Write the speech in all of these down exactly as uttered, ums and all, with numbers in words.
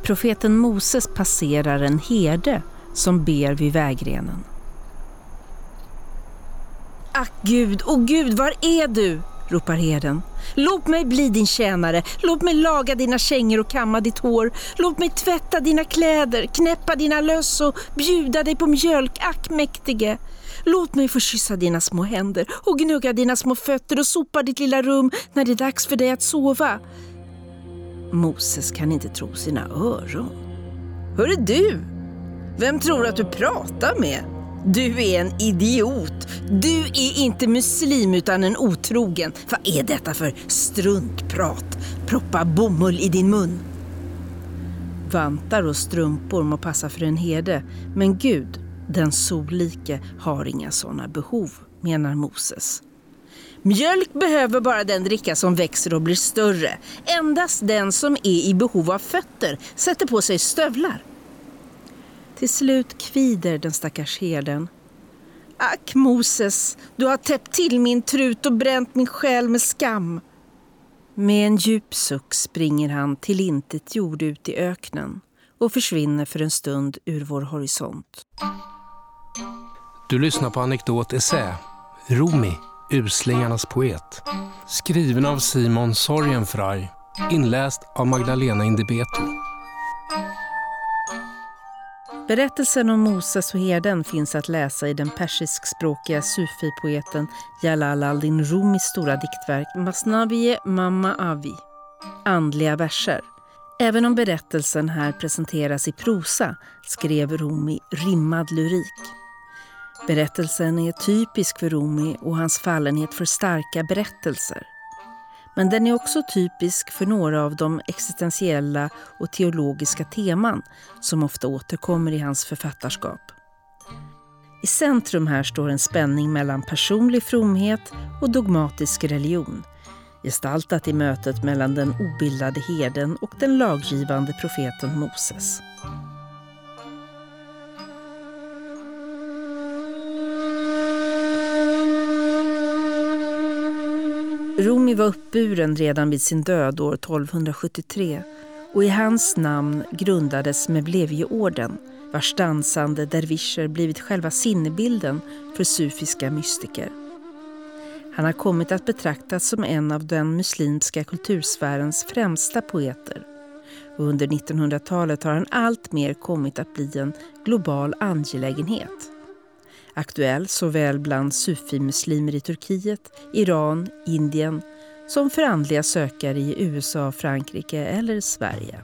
Profeten Moses passerar en herde som ber vid vägrenen. Ack Gud, åh Gud, var är du? Ropar herden. Låt mig bli din tjänare, låt mig laga dina kängor och kamma ditt hår. Låt mig tvätta dina kläder, knäppa dina löss och bjuda dig på mjölk, ack mäktige. Låt mig få kyssa dina små händer och gnugga dina små fötter och sopa ditt lilla rum när det är dags för dig att sova. Moses kan inte tro sina öron. Hörru du, vem tror att du pratar med? Du är en idiot. Du är inte muslim utan en otrogen. Vad är detta för struntprat? Proppa bomull i din mun. Vantar och strumpor må passa för en herde, men Gud, den sollike, har inga sådana behov, menar Moses. Mjölk behöver bara den dricka som växer och blir större. Endast den som är i behov av fötter sätter på sig stövlar. Till slut kvider den stackars herden. Ack Moses, du har täppt till min trut och bränt min själ med skam. Med en djup suck springer han till intet jord ut i öknen och försvinner för en stund ur vår horisont. Du lyssnar på Anekdot Essä, Rumi, Uslingarnas poet. Skriven av Simon Sorgenfrey, inläst av Magdalena Indebeto. Berättelsen om Moses och herden finns att läsa i den persiskspråkiga sufi-poeten Jalal al-Din Rumis stora diktverk Masnaviye Mamma Avi, andliga verser. Även om berättelsen här presenteras i prosa skrev Rumi rimmad lyrik. Berättelsen är typisk för Rumi och hans fallenhet för starka berättelser. Men den är också typisk för några av de existentiella och teologiska teman som ofta återkommer i hans författarskap. I centrum här står en spänning mellan personlig fromhet och dogmatisk religion, gestaltat i mötet mellan den obildade herden och den laggivande profeten Moses. Rumi var uppburen redan vid sin död år tolvhundrasjuttiotre och i hans namn grundades Mevlevieorden, vars dansande dervischer blivit själva sinnebilden för sufiska mystiker. Han har kommit att betraktas som en av den muslimska kultursfärens främsta poeter. Och under nittonhundratalet har han allt mer kommit att bli en global angelägenhet. Aktuell såväl bland sufi-muslimer i Turkiet, Iran, Indien som för andliga sökare i U S A, Frankrike eller Sverige.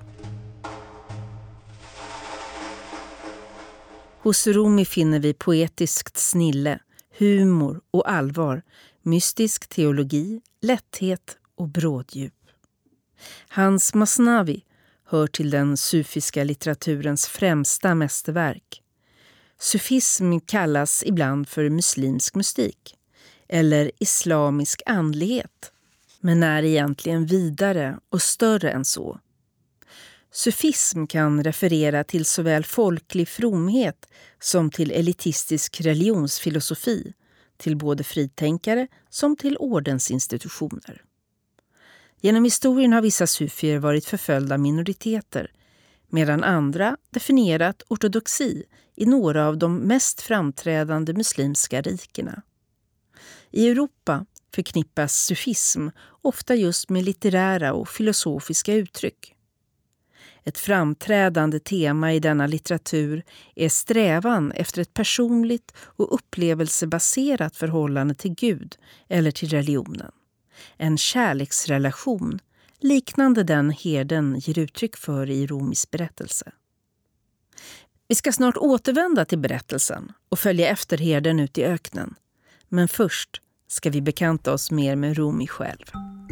Hos Rumi finner vi poetiskt snille, humor och allvar, mystisk teologi, lätthet och bråddjup. Hans Masnavi hör till den sufiska litteraturens främsta mästerverk. Sufism kallas ibland för muslimsk mystik eller islamisk andlighet, men är egentligen vidare och större än så. Sufism kan referera till såväl folklig fromhet som till elitistisk religionsfilosofi, till både fritänkare som till ordensinstitutioner. Genom historien har vissa sufier varit förföljda minoriteter, medan andra definierat ortodoxi i några av de mest framträdande muslimska rikena. I Europa förknippas sufism ofta just med litterära och filosofiska uttryck. Ett framträdande tema i denna litteratur är strävan efter ett personligt och upplevelsebaserat förhållande till Gud eller till religionen. En kärleksrelation liknande den herden ger uttryck för i Rumis berättelse. Vi ska snart återvända till berättelsen och följa efter herden ut i öknen. Men först ska vi bekanta oss mer med Rumi själv.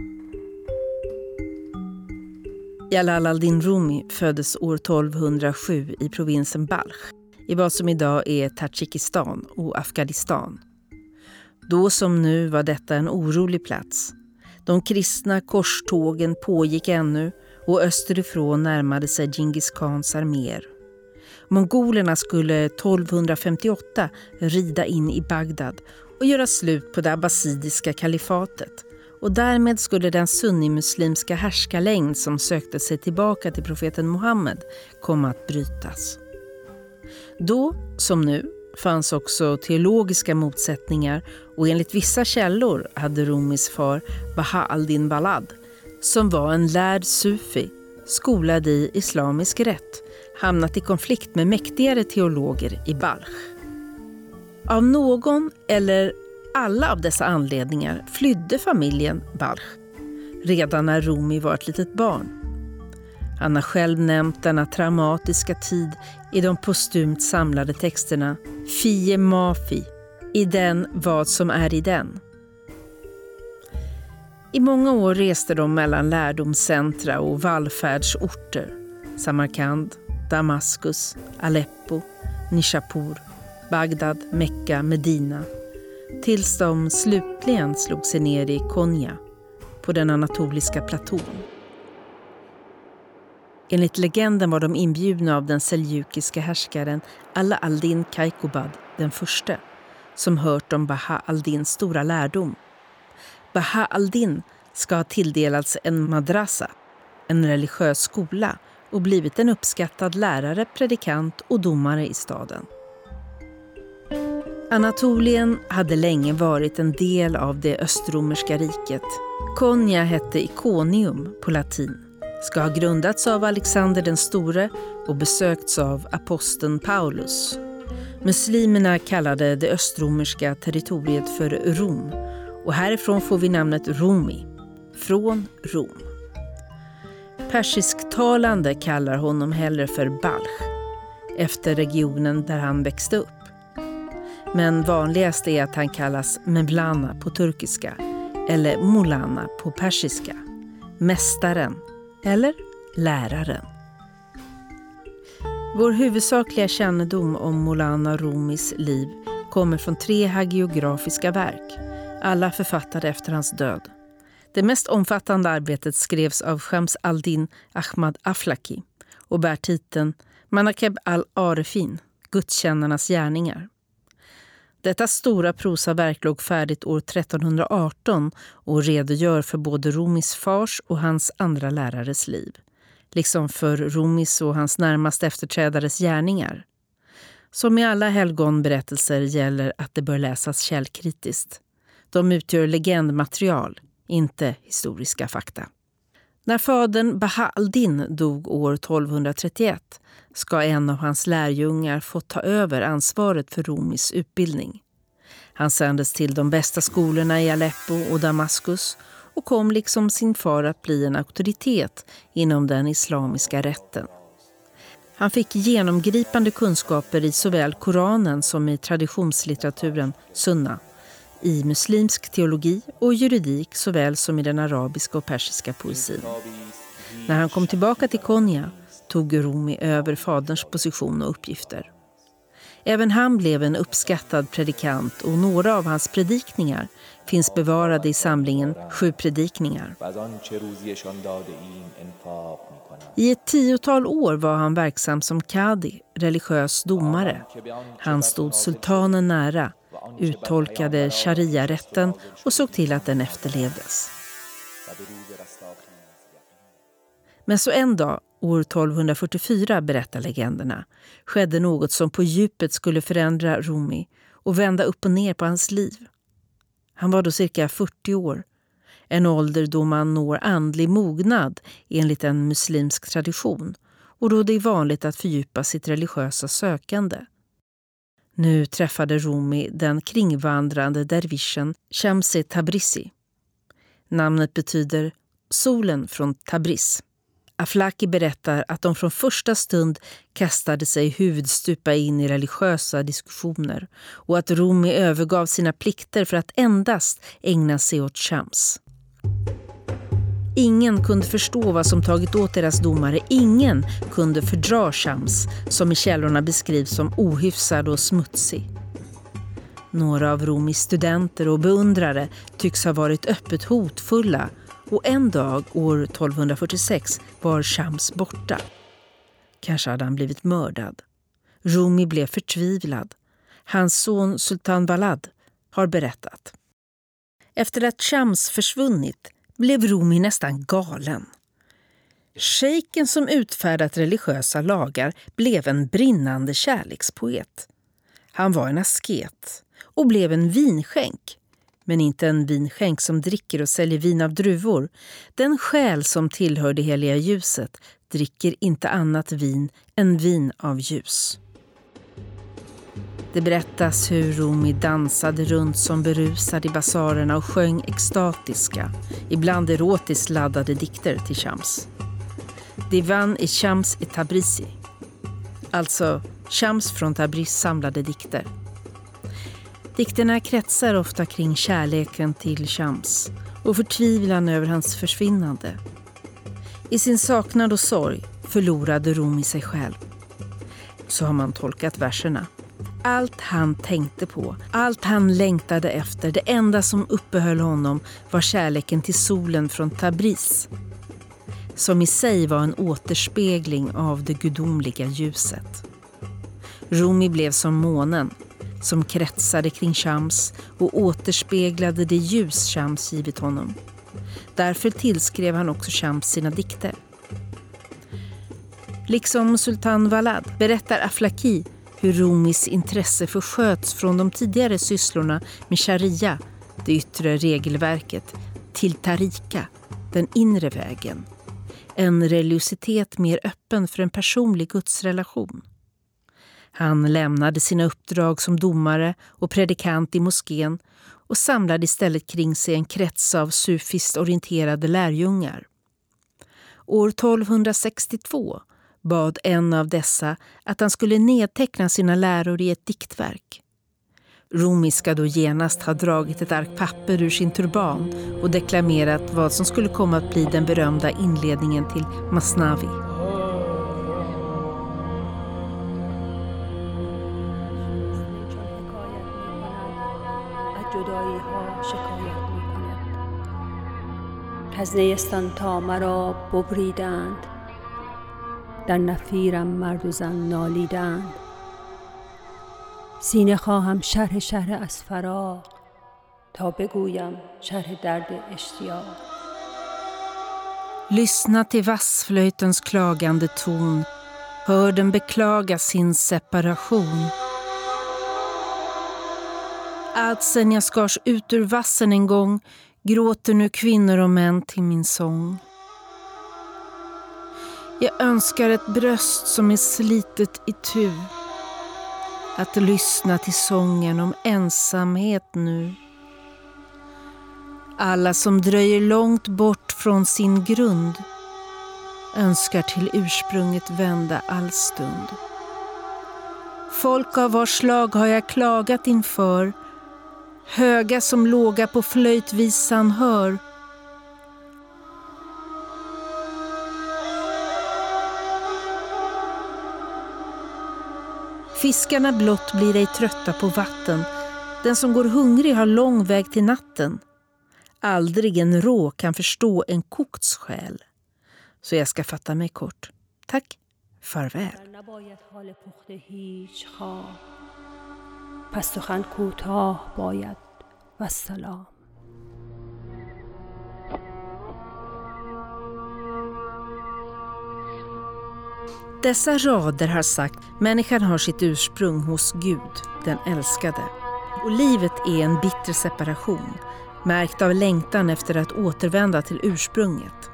Jalal al-Din Rumi föddes år tolvhundrasju i provinsen Balch, i vad som idag är Tadzjikistan och Afghanistan. Då som nu var detta en orolig plats. De kristna korstågen pågick ännu och österifrån närmade sig Djingis Khans arméer. Mongolerna skulle tolvhundrafemtioåtta rida in i Bagdad och göra slut på det abbasidiska kalifatet och därmed skulle den sunnimuslimska härskarlängd som sökte sig tillbaka till profeten Muhammed komma att brytas. Då, som nu, fanns också teologiska motsättningar och enligt vissa källor hade Rumis far Baha al-Din Balad, som var en lärd sufi, skolad i islamisk rätt, hamnat i konflikt med mäktigare teologer i Balch. Av någon eller alla av dessa anledningar flydde familjen Balch redan när Rumi var ett litet barn. Han har själv nämnt denna traumatiska tid i de postumt samlade texterna Fie Mafi, i den vad som är i den. I många år reste de mellan lärdomscentra och vallfärdsorter, Samarkand, Damaskus, Aleppo, Nishapur, Bagdad, Mekka, Medina, tills de slutligen slog sig ner i Konya på den anatoliska platån. Enligt legenden var de inbjudna av den seljukiska härskaren Ala al-Din Kaikubad den första, som hört om Baha al-Dins stora lärdom. Baha al-Din ska ha tilldelats en madrasa, en religiös skola, och blivit en uppskattad lärare, predikant och domare i staden. Anatolien hade länge varit en del av det östromerska riket. Konya hette Iconium på latin, ska ha grundats av Alexander den store och besökts av aposteln Paulus. Muslimerna kallade det östromerska territoriet för Rom, och härifrån får vi namnet Rumi, från Rom. Persisktalande kallar honom hellre för Balch, efter regionen där han växte upp. Men vanligast är att han kallas Mevlana på turkiska eller Mulana på persiska, mästaren eller läraren. Vår huvudsakliga kännedom om Mulana Rumis liv kommer från tre hagiografiska verk, alla författade efter hans död. Det mest omfattande arbetet skrevs av Shams al-Din Ahmad Aflaki och bär titeln Manakeb al-Arifin, Gudskännarnas gärningar. Detta stora prosaverk låg färdigt år trettonhundraarton och redogör för både Rumis fars och hans andra lärares liv, liksom för Rumis och hans närmast efterträdares gärningar. Som i alla helgonberättelser gäller att det bör läsas källkritiskt. De utgör legendmaterial, inte historiska fakta. När fadern Baha al-Din dog år tolvhundratrettioett ska en av hans lärjungar få ta över ansvaret för Rumis utbildning. Han sändes till de bästa skolorna i Aleppo och Damaskus och kom liksom sin far att bli en auktoritet inom den islamiska rätten. Han fick genomgripande kunskaper i såväl Koranen som i traditionslitteraturen Sunna, i muslimsk teologi och juridik såväl som i den arabiska och persiska poesin. När han kom tillbaka till Konya tog Rumi över faderns position och uppgifter. Även han blev en uppskattad predikant och några av hans predikningar finns bevarade i samlingen Sju predikningar. I ett tiotal år var han verksam som kadi, religiös domare. Han stod sultanen nära, uttolkade sharia-rätten och såg till att den efterlevdes. Men så en dag, år tolvhundrafyrtiofyra, berättar legenderna, skedde något som på djupet skulle förändra Rumi och vända upp och ner på hans liv. Han var då cirka fyrtio år, en ålder då man når andlig mognad enligt en muslimsk tradition och då det är vanligt att fördjupa sitt religiösa sökande. Nu träffade Rumi den kringvandrande dervischen Shamsi Tabrizi. Namnet betyder solen från Tabriz. Aflaki berättar att de från första stund kastade sig huvudstupa in i religiösa diskussioner och att Rumi övergav sina plikter för att endast ägna sig åt Shams. Ingen kunde förstå vad som tagit åt deras domare. Ingen kunde fördra Shams, som i källorna beskrivs som ohyfsad och smutsig. Några av Rumis studenter och beundrare tycks ha varit öppet hotfulla, och en dag år tolvhundrafyrtiosex var Shams borta. Kanske hade han blivit mördad. Rumi blev förtvivlad. Hans son Sultan Balad har berättat. Efter att Shams försvunnit blev Rumi nästan galen. Shejken som utfärdat religiösa lagar blev en brinnande kärlekspoet. Han var en asket och blev en vinskänk. Men inte en vinskänk som dricker och säljer vin av druvor. Den själ som tillhör det heliga ljuset dricker inte annat vin än vin av ljus. Det berättas hur Rumi dansade runt som berusad i basarerna och sjöng extatiska, ibland erotiskt laddade dikter till Shams. Divan i Shams i Tabrizi. Alltså Shams från Tabriz samlade dikter. Dikterna kretsar ofta kring kärleken till Shams och förtvivlan över hans försvinnande. I sin saknad och sorg förlorade Rumi sig själv. Så har man tolkat verserna. Allt han tänkte på, allt han längtade efter, det enda som uppehöll honom var kärleken till solen från Tabriz, som i sig var en återspegling av det gudomliga ljuset. Rumi blev som månen, som kretsade kring Shams och återspeglade det ljus Shams givit honom. Därför tillskrev han också Shams sina dikter. Liksom Sultan Valad berättar Aflaki hur Rumis intresse försköts från de tidigare sysslorna med sharia, det yttre regelverket, till tarika, den inre vägen. En religiositet mer öppen för en personlig gudsrelation. Han lämnade sina uppdrag som domare och predikant i moskén och samlade istället kring sig en krets av sufiskt orienterade lärjungar. År tolvhundrasextiotvå bad en av dessa att han skulle nedteckna sina läror i ett diktverk. Rumi ska då genast ha dragit ett ark papper ur sin turban och deklamerat vad som skulle komma att bli den berömda inledningen till Masnavi. از نیستان تا مرا ببریدند در نفیرم مرد و زن نالیدند سینه خواهم شرح شرح از فراق تا بگویم شرح درد اشتیاق. Lyssna till vassflöjtens klagande ton. Hör den beklaga sin separation. Allt sen jag skars ut ur vassen en gång gråter nu kvinnor och män till min sång. Jag önskar ett bröst som är slitet i tu. Att lyssna till sången om ensamhet nu. Alla som dröjer långt bort från sin grund önskar till ursprunget vända all stund. Folk av vars slag har jag klagat inför, höga som låga på flöjtvisan hör. Fiskarna blott blir ej trötta på vatten. Den som går hungrig har lång väg till natten. Aldrig en rå kan förstå en kokts själ. Så jag ska fatta mig kort. Tack, farväl. پس سخن کوتاه باید و سلام. Dessa rader har sagt människan har sitt ursprung hos Gud, den älskade. Och livet är en bitter separation, märkt av längtan efter att återvända till ursprunget.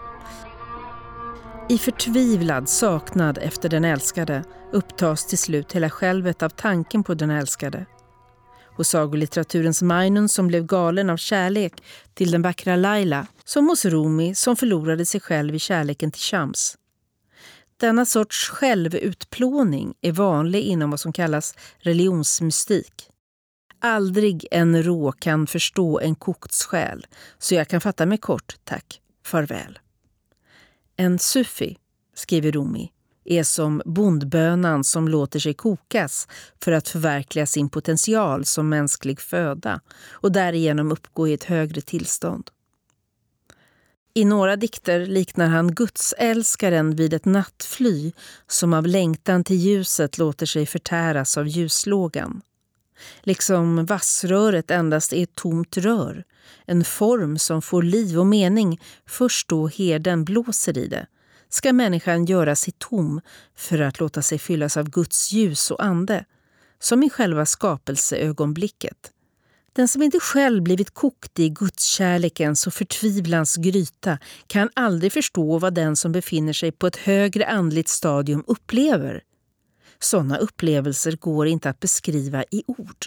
I förtvivlad saknad efter den älskade upptas till slut hela självet av tanken på den älskade. Hos sagolitteraturens Mainun som blev galen av kärlek till den vackra Laila, som hos Rumi som förlorade sig själv i kärleken till Shams. Denna sorts självutplåning är vanlig inom vad som kallas religionsmystik. Aldrig en rå kan förstå en kokts själ, så jag kan fatta mig kort, tack, farväl. En sufi, skriver Rumi, är som bondbönan som låter sig kokas för att förverkliga sin potential som mänsklig föda och därigenom uppgå i ett högre tillstånd. I några dikter liknar han gudsälskaren vid ett nattfly som av längtan till ljuset låter sig förtäras av ljuslågan. Liksom vassröret endast är ett tomt rör, en form som får liv och mening först då herden blåser i det, ska människan göra sig tom för att låta sig fyllas av Guds ljus och ande, som i själva skapelseögonblicket. Den som inte själv blivit kokt i Gudskärlekens och förtvivlans gryta kan aldrig förstå vad den som befinner sig på ett högre andligt stadium upplever. Sådana upplevelser går inte att beskriva i ord.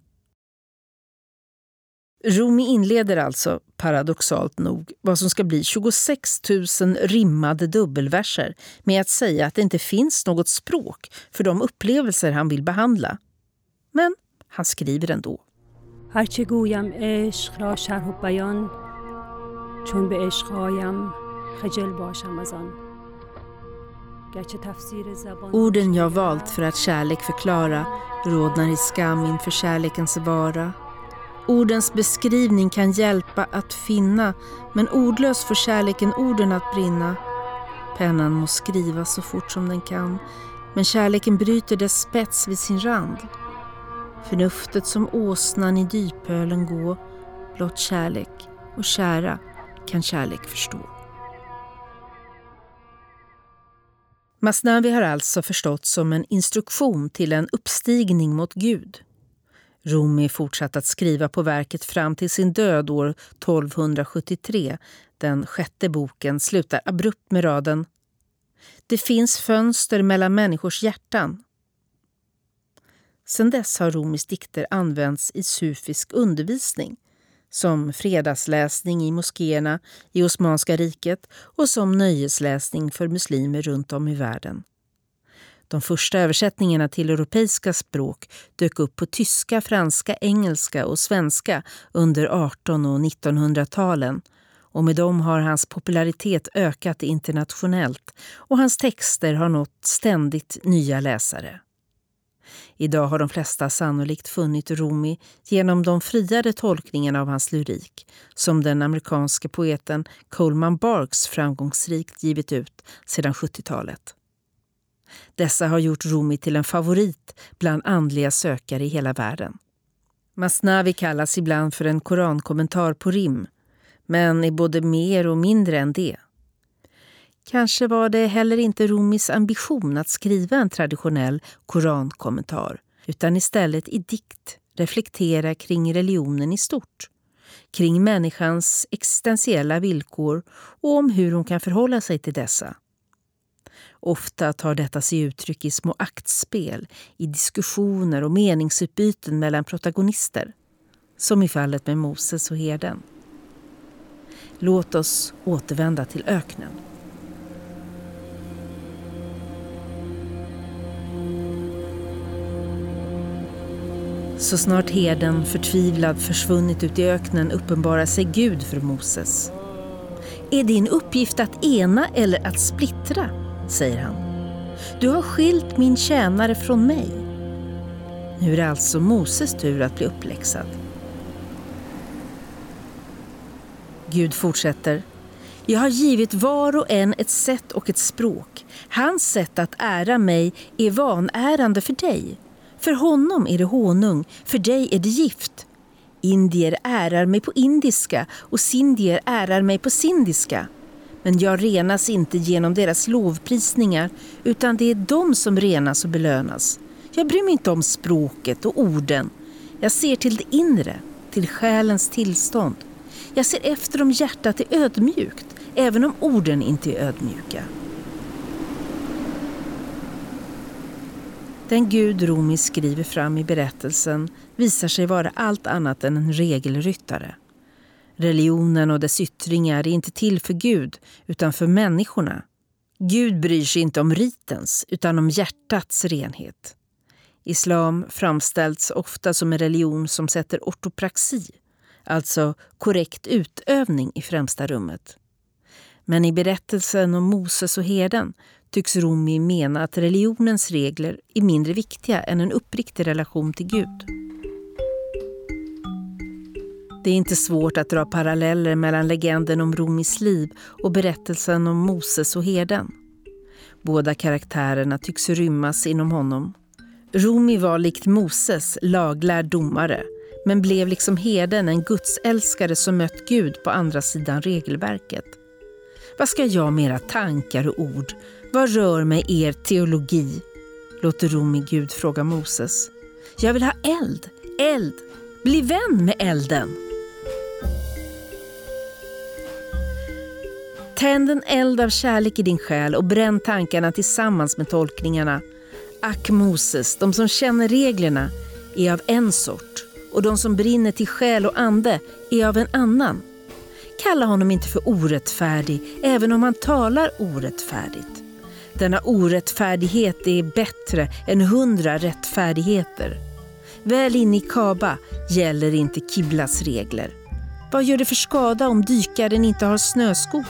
Rumi inleder alltså, paradoxalt nog, vad som ska bli tjugosex tusen rimmade dubbelverser med att säga att det inte finns något språk för de upplevelser han vill behandla. Men han skriver ändå. هرچه گویم عشق را شرح و بیان چون به عشق آیم خجل باشم از آن. Orden jag valt för att kärlek förklara rodnar i skam inför kärlekens vara. Ordens beskrivning kan hjälpa att finna, men ordlös får kärleken orden att brinna. Pennan må skriva så fort som den kan, men kärleken bryter dess spets vid sin rand. Förnuftet som åsnan i dypölen gå, blott kärlek och kära kan kärlek förstå. Masnavi har alltså förstått som en instruktion till en uppstigning mot Gud. Rumi fortsatte att skriva på verket fram till sin död år tolvhundrasjuttiotre. Den sjätte boken slutar abrupt med raden: Det finns fönster mellan människors hjärtan. Sedan dess har Rumis dikter använts i sufisk undervisning, som fredagsläsning i moskéerna i Osmanska riket och som nöjesläsning för muslimer runt om i världen. De första översättningarna till europeiska språk dök upp på tyska, franska, engelska och svenska under artonhundra- och nittonhundratalen, och med dem har hans popularitet ökat internationellt och hans texter har nått ständigt nya läsare. Idag har de flesta sannolikt funnit Rumi genom de friare tolkningarna av hans lyrik, som den amerikanske poeten Coleman Barks framgångsrikt givit ut sedan sjuttiotalet. Dessa har gjort Rumi till en favorit bland andliga sökare i hela världen. Masnavi kallas ibland för en korankommentar på rim, men är både mer och mindre än det. Kanske var det heller inte Rumis ambition att skriva en traditionell korankommentar, utan istället i dikt reflektera kring religionen i stort, kring människans existentiella villkor och om hur hon kan förhålla sig till dessa. Ofta tar detta sig uttryck i små aktspel, i diskussioner och meningsutbyten mellan protagonister, som i fallet med Moses och herden. Låt oss återvända till öknen. Så snart herden förtvivlad försvunnit ut i öknen uppenbarar sig Gud för Moses. Är din uppgift att ena eller att splittra, säger han. Du har skilt min tjänare från mig. Nu är det alltså Moses tur att bli uppläxad. Gud fortsätter. Jag har givit var och en ett sätt och ett språk. Hans sätt att ära mig är vanärande för dig. För honom är det honung, för dig är det gift. Indier ärar mig på indiska och sindier ärar mig på sindiska. Men jag renas inte genom deras lovprisningar, utan det är de som renas och belönas. Jag bryr mig inte om språket och orden. Jag ser till det inre, till själens tillstånd. Jag ser efter om hjärtat är ödmjukt, även om orden inte är ödmjuka. Den Gud Rumi skriver fram i berättelsen visar sig vara allt annat än en regelryttare. Religionen och dess yttringar är inte till för Gud utan för människorna. Gud bryr sig inte om ritens utan om hjärtats renhet. Islam framställs ofta som en religion som sätter ortopraxi, alltså korrekt utövning, i främsta rummet. Men i berättelsen om Moses och herden tycks Rumi mena att religionens regler är mindre viktiga än en uppriktig relation till Gud. Det är inte svårt att dra paralleller mellan legenden om Rumis liv och berättelsen om Moses och herden. Båda karaktärerna tycks rymmas inom honom. Rumi var likt Moses laglärd domare, men blev liksom herden en gudsälskare som mött Gud på andra sidan regelverket. Vad ska jag med era tankar och ord? Vad rör mig er teologi? Låter Rumi Gud fråga Moses. Jag vill ha eld, eld. Bli vän med elden. Tänd en eld av kärlek i din själ och bränn tankarna tillsammans med tolkningarna. Ack Moses, de som känner reglerna är av en sort och de som brinner till själ och ande är av en annan. Kalla honom inte för orättfärdig, även om han talar orättfärdigt. Denna orättfärdighet är bättre än hundra rättfärdigheter. Väl inne i Kaaba gäller inte Kiblas regler. Vad gör det för skada om dykaren inte har snöskor?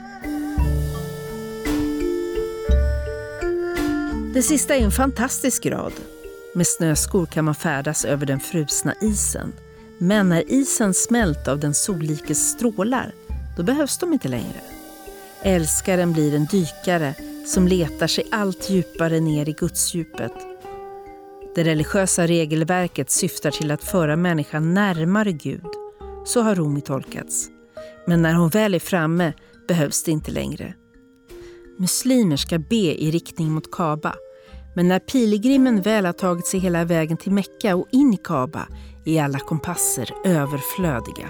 Det sista är en fantastisk grad. Med snöskor kan man färdas över den frusna isen. Men när isen smält av den sollikes strålar, då behövs de inte längre. Älskaren blir en dykare som letar sig allt djupare ner i gudsdjupet. Det religiösa regelverket syftar till att föra människan närmare Gud. Så har Rumi tolkats. Men när hon väl är framme behövs det inte längre. Muslimer ska be i riktning mot Kaaba. Men när pilgrimen väl har tagit sig hela vägen till Mekka och in i Kaaba är alla kompasser överflödiga.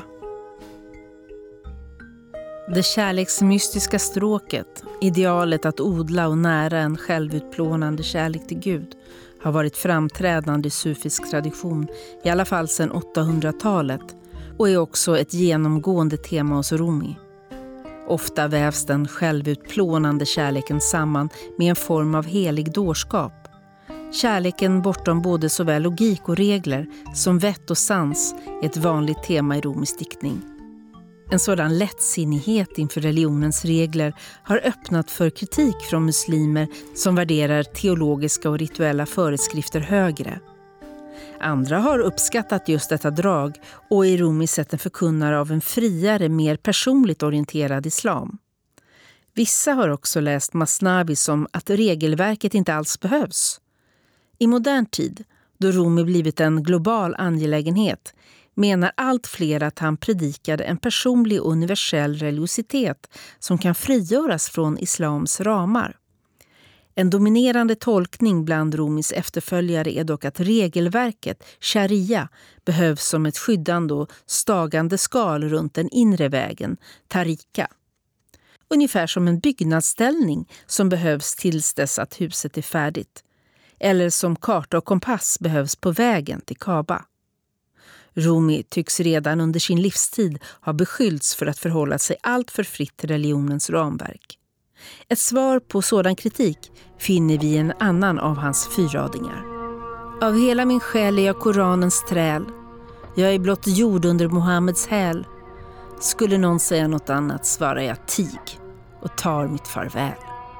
Det kärleksmystiska stråket, idealet att odla och nära en självutplånande kärlek till Gud, har varit framträdande i sufisk tradition, i alla fall sedan åttahundratalet, och är också ett genomgående tema hos Rumi. Ofta vävs den självutplånande kärleken samman med en form av helig dårskap. Kärleken bortom både såväl logik och regler som vett och sans är ett vanligt tema i Rumis diktning. En sådan lättsinnighet inför religionens regler har öppnat för kritik från muslimer som värderar teologiska och rituella föreskrifter högre. Andra har uppskattat just detta drag och i Rumi sett en förkunnare av en friare, mer personligt orienterad islam. Vissa har också läst Masnavi som att regelverket inte alls behövs. I modern tid, då Rumi blivit en global angelägenhet, menar allt fler att han predikade en personlig och universell religiositet som kan frigöras från islams ramar. En dominerande tolkning bland Rumis efterföljare är dock att regelverket, sharia, behövs som ett skyddande och stagande skal runt den inre vägen, tarika. Ungefär som en byggnadsställning som behövs tills dess att huset är färdigt. Eller som karta och kompass behövs på vägen till Kaaba. Rumi tycks redan under sin livstid ha beskyllts för att förhålla sig allt för fritt till religionens ramverk. Ett svar på sådan kritik finner vi i en annan av hans fyrradingar. Av hela min själ är jag Koranens träl. Jag är blott jord under Mohammeds häl. Skulle någon säga något annat svarar jag tig och tar mitt farväl.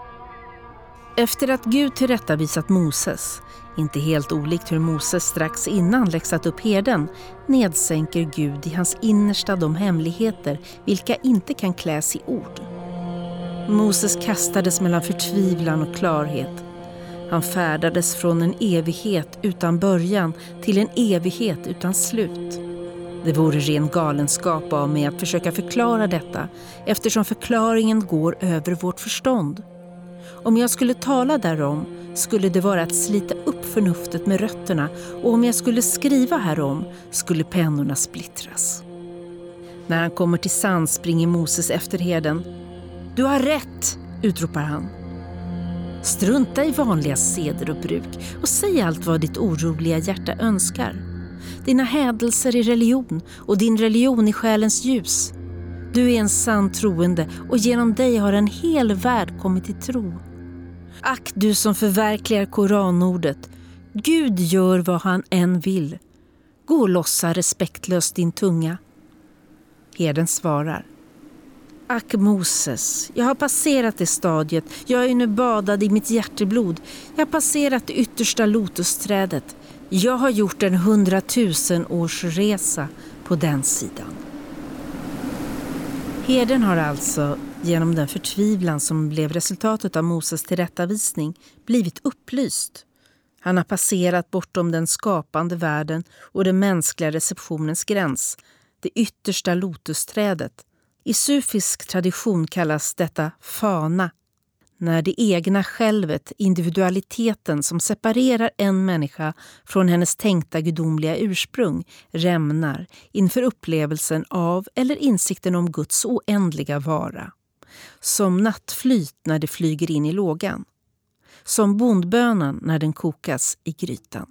Efter att Gud tillrättavisat Moses, inte helt olikt hur Moses strax innan läxat upp herden, nedsänker Gud i hans innersta de hemligheter vilka inte kan kläs i ord. Moses kastades mellan förtvivlan och klarhet. Han färdades från en evighet utan början till en evighet utan slut. Det vore ren galenskap av mig att försöka förklara detta, eftersom förklaringen går över vårt förstånd. Om jag skulle tala därom skulle det vara att slita upp förnuftet med rötterna, och om jag skulle skriva härom skulle pennorna splittras. När han kommer till sans springer Moses efter herden. Du har rätt, utropar han. Strunta i vanliga seder och bruk och säg allt vad ditt oroliga hjärta önskar. Dina hädelser i religion och din religion i själens ljus. Du är en sann troende och genom dig har en hel värld kommit till tro. Ack du som förverkligar koranordet. Gud gör vad han än vill. Gå och lossa respektlöst din tunga. Herden svarar. Ack Moses, jag har passerat det stadiet. Jag är nu badad i mitt hjärteblod. Jag har passerat det yttersta lotusträdet. Jag har gjort en hundratusen års resa på den sidan. Herden har alltså, genom den förtvivlan som blev resultatet av Moses tillrättavisning, blivit upplyst. Han har passerat bortom den skapande världen och den mänskliga receptionens gräns, det yttersta lotusträdet. I sufisk tradition kallas detta fana, när det egna självet, individualiteten som separerar en människa från hennes tänkta gudomliga ursprung, rämnar inför upplevelsen av eller insikten om Guds oändliga vara. Som nattflyt när det flyger in i lågan. Som bondbönan när den kokas i grytan.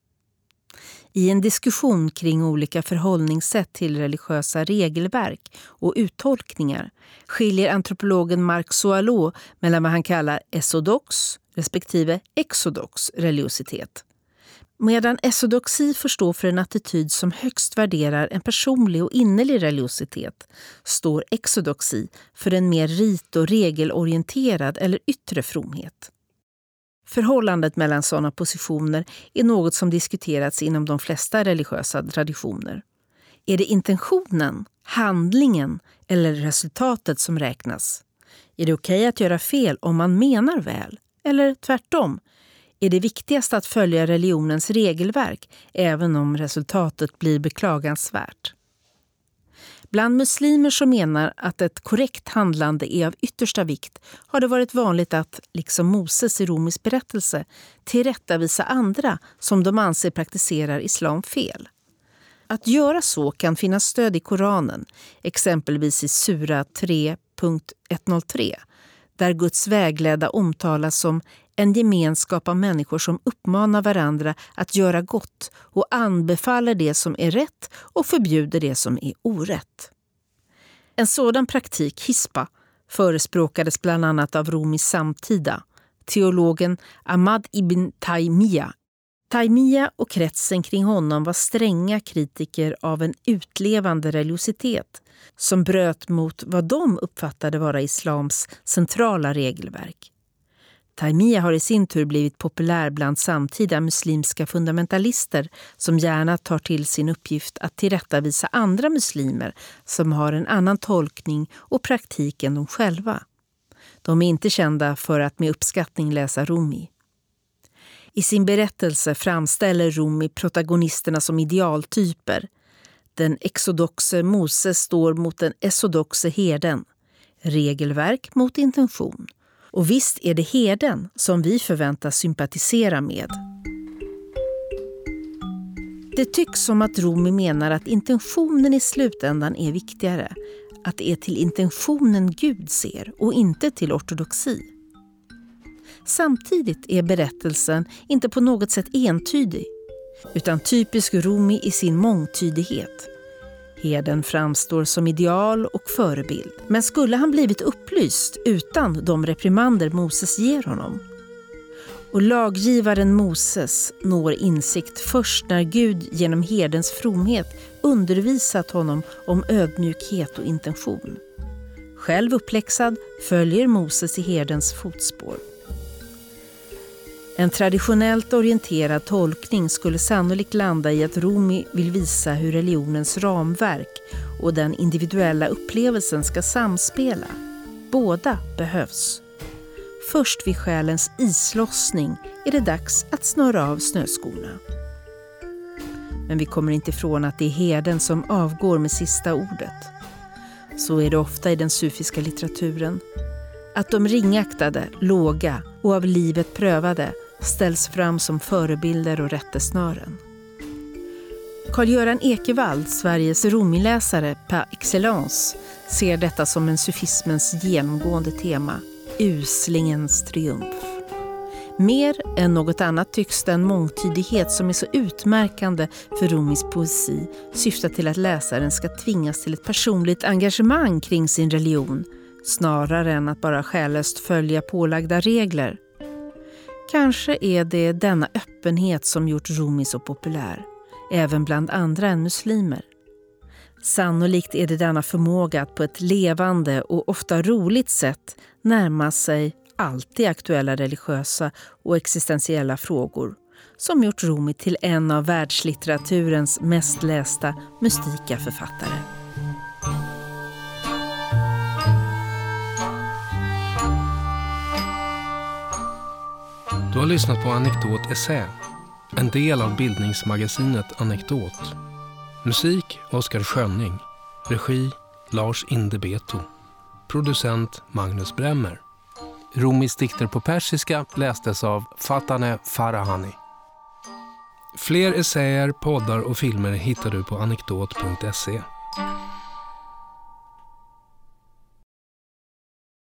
I en diskussion kring olika förhållningssätt till religiösa regelverk och uttolkningar skiljer antropologen Marc Soalot mellan vad han kallar esodox respektive exodox religiositet. Medan esodoxi får stå för en attityd som högst värderar en personlig och innerlig religiositet, står exodoxi för en mer rit- och regelorienterad eller yttre fromhet. Förhållandet mellan sådana positioner är något som diskuterats inom de flesta religiösa traditioner. Är det intentionen, handlingen eller resultatet som räknas? Är det okej att göra fel om man menar väl? Eller tvärtom? Är det viktigast att följa religionens regelverk även om resultatet blir beklagansvärt? Bland muslimer som menar att ett korrekt handlande är av yttersta vikt har det varit vanligt att, liksom Moses i Rumis berättelse, tillrättavisa andra som de anser praktiserar islam fel. Att göra så kan finnas stöd i Koranen, exempelvis i Sura tre punkt etthundratre, där Guds vägledda omtalas som en gemenskap av människor som uppmanar varandra att göra gott och anbefaller det som är rätt och förbjuder det som är orätt. En sådan praktik, hispa, förespråkades bland annat av Rumis samtida, teologen Ahmad ibn Taymiyyah. Taymiyyah och kretsen kring honom var stränga kritiker av en utlevande religiositet som bröt mot vad de uppfattade vara islams centrala regelverk. Taymiyyah har i sin tur blivit populär bland samtida muslimska fundamentalister som gärna tar till sin uppgift att tillrättavisa andra muslimer som har en annan tolkning och praktik än de själva. De är inte kända för att med uppskattning läsa Rumi. I sin berättelse framställer Rumi protagonisterna som idealtyper. Den exodoxe Moses står mot den esodoxe herden. Regelverk mot intention. Och visst är det herden som vi förväntas sympatisera med. Det tycks som att Rumi menar att intentionen i slutändan är viktigare. Att det är till intentionen Gud ser och inte till ortodoxi. Samtidigt är berättelsen inte på något sätt entydig, utan typisk Rumi i sin mångtydighet. Herden framstår som ideal och förebild. Men skulle han blivit upplyst utan de reprimander Moses ger honom? Och laggivaren Moses når insikt först när Gud genom herdens fromhet undervisat honom om ödmjukhet och intention. Själv uppläxad följer Moses i herdens fotspår. En traditionellt orienterad tolkning skulle sannolikt landa i att Rumi vill visa hur religionens ramverk och den individuella upplevelsen ska samspela. Båda behövs. Först vid själens islossning är det dags att snöra av snöskorna. Men vi kommer inte ifrån att det är herden som avgår med sista ordet. Så är det ofta i den sufiska litteraturen. Att de ringaktade, låga och av livet prövade ställs fram som förebilder och rättesnören. Carl-Göran Ekevall, Sveriges Rumi-läsare par excellence, ser detta som en sufismens genomgående tema, uslingens triumf. Mer än något annat tycks den mångtydighet som är så utmärkande för Rumis poesi syfta till att läsaren ska tvingas till ett personligt engagemang kring sin religion, snarare än att bara själlöst följa pålagda regler. Kanske är det denna öppenhet som gjort Rumi så populär, även bland andra än muslimer. Sannolikt är det denna förmåga att på ett levande och ofta roligt sätt närma sig alltid aktuella religiösa och existentiella frågor som gjort Rumi till en av världslitteraturens mest lästa mystika författare. Du har lyssnat på Anekdot Essä, En del av bildningsmagasinet Anekdot. Musik Oskar Schönning. Regi Lars Indebeto. Producent Magnus Bremmer. Rumis dikter på persiska lästes av Fatane Farahani. Fler essäer, poddar och filmer hittar du på anekdot punkt se.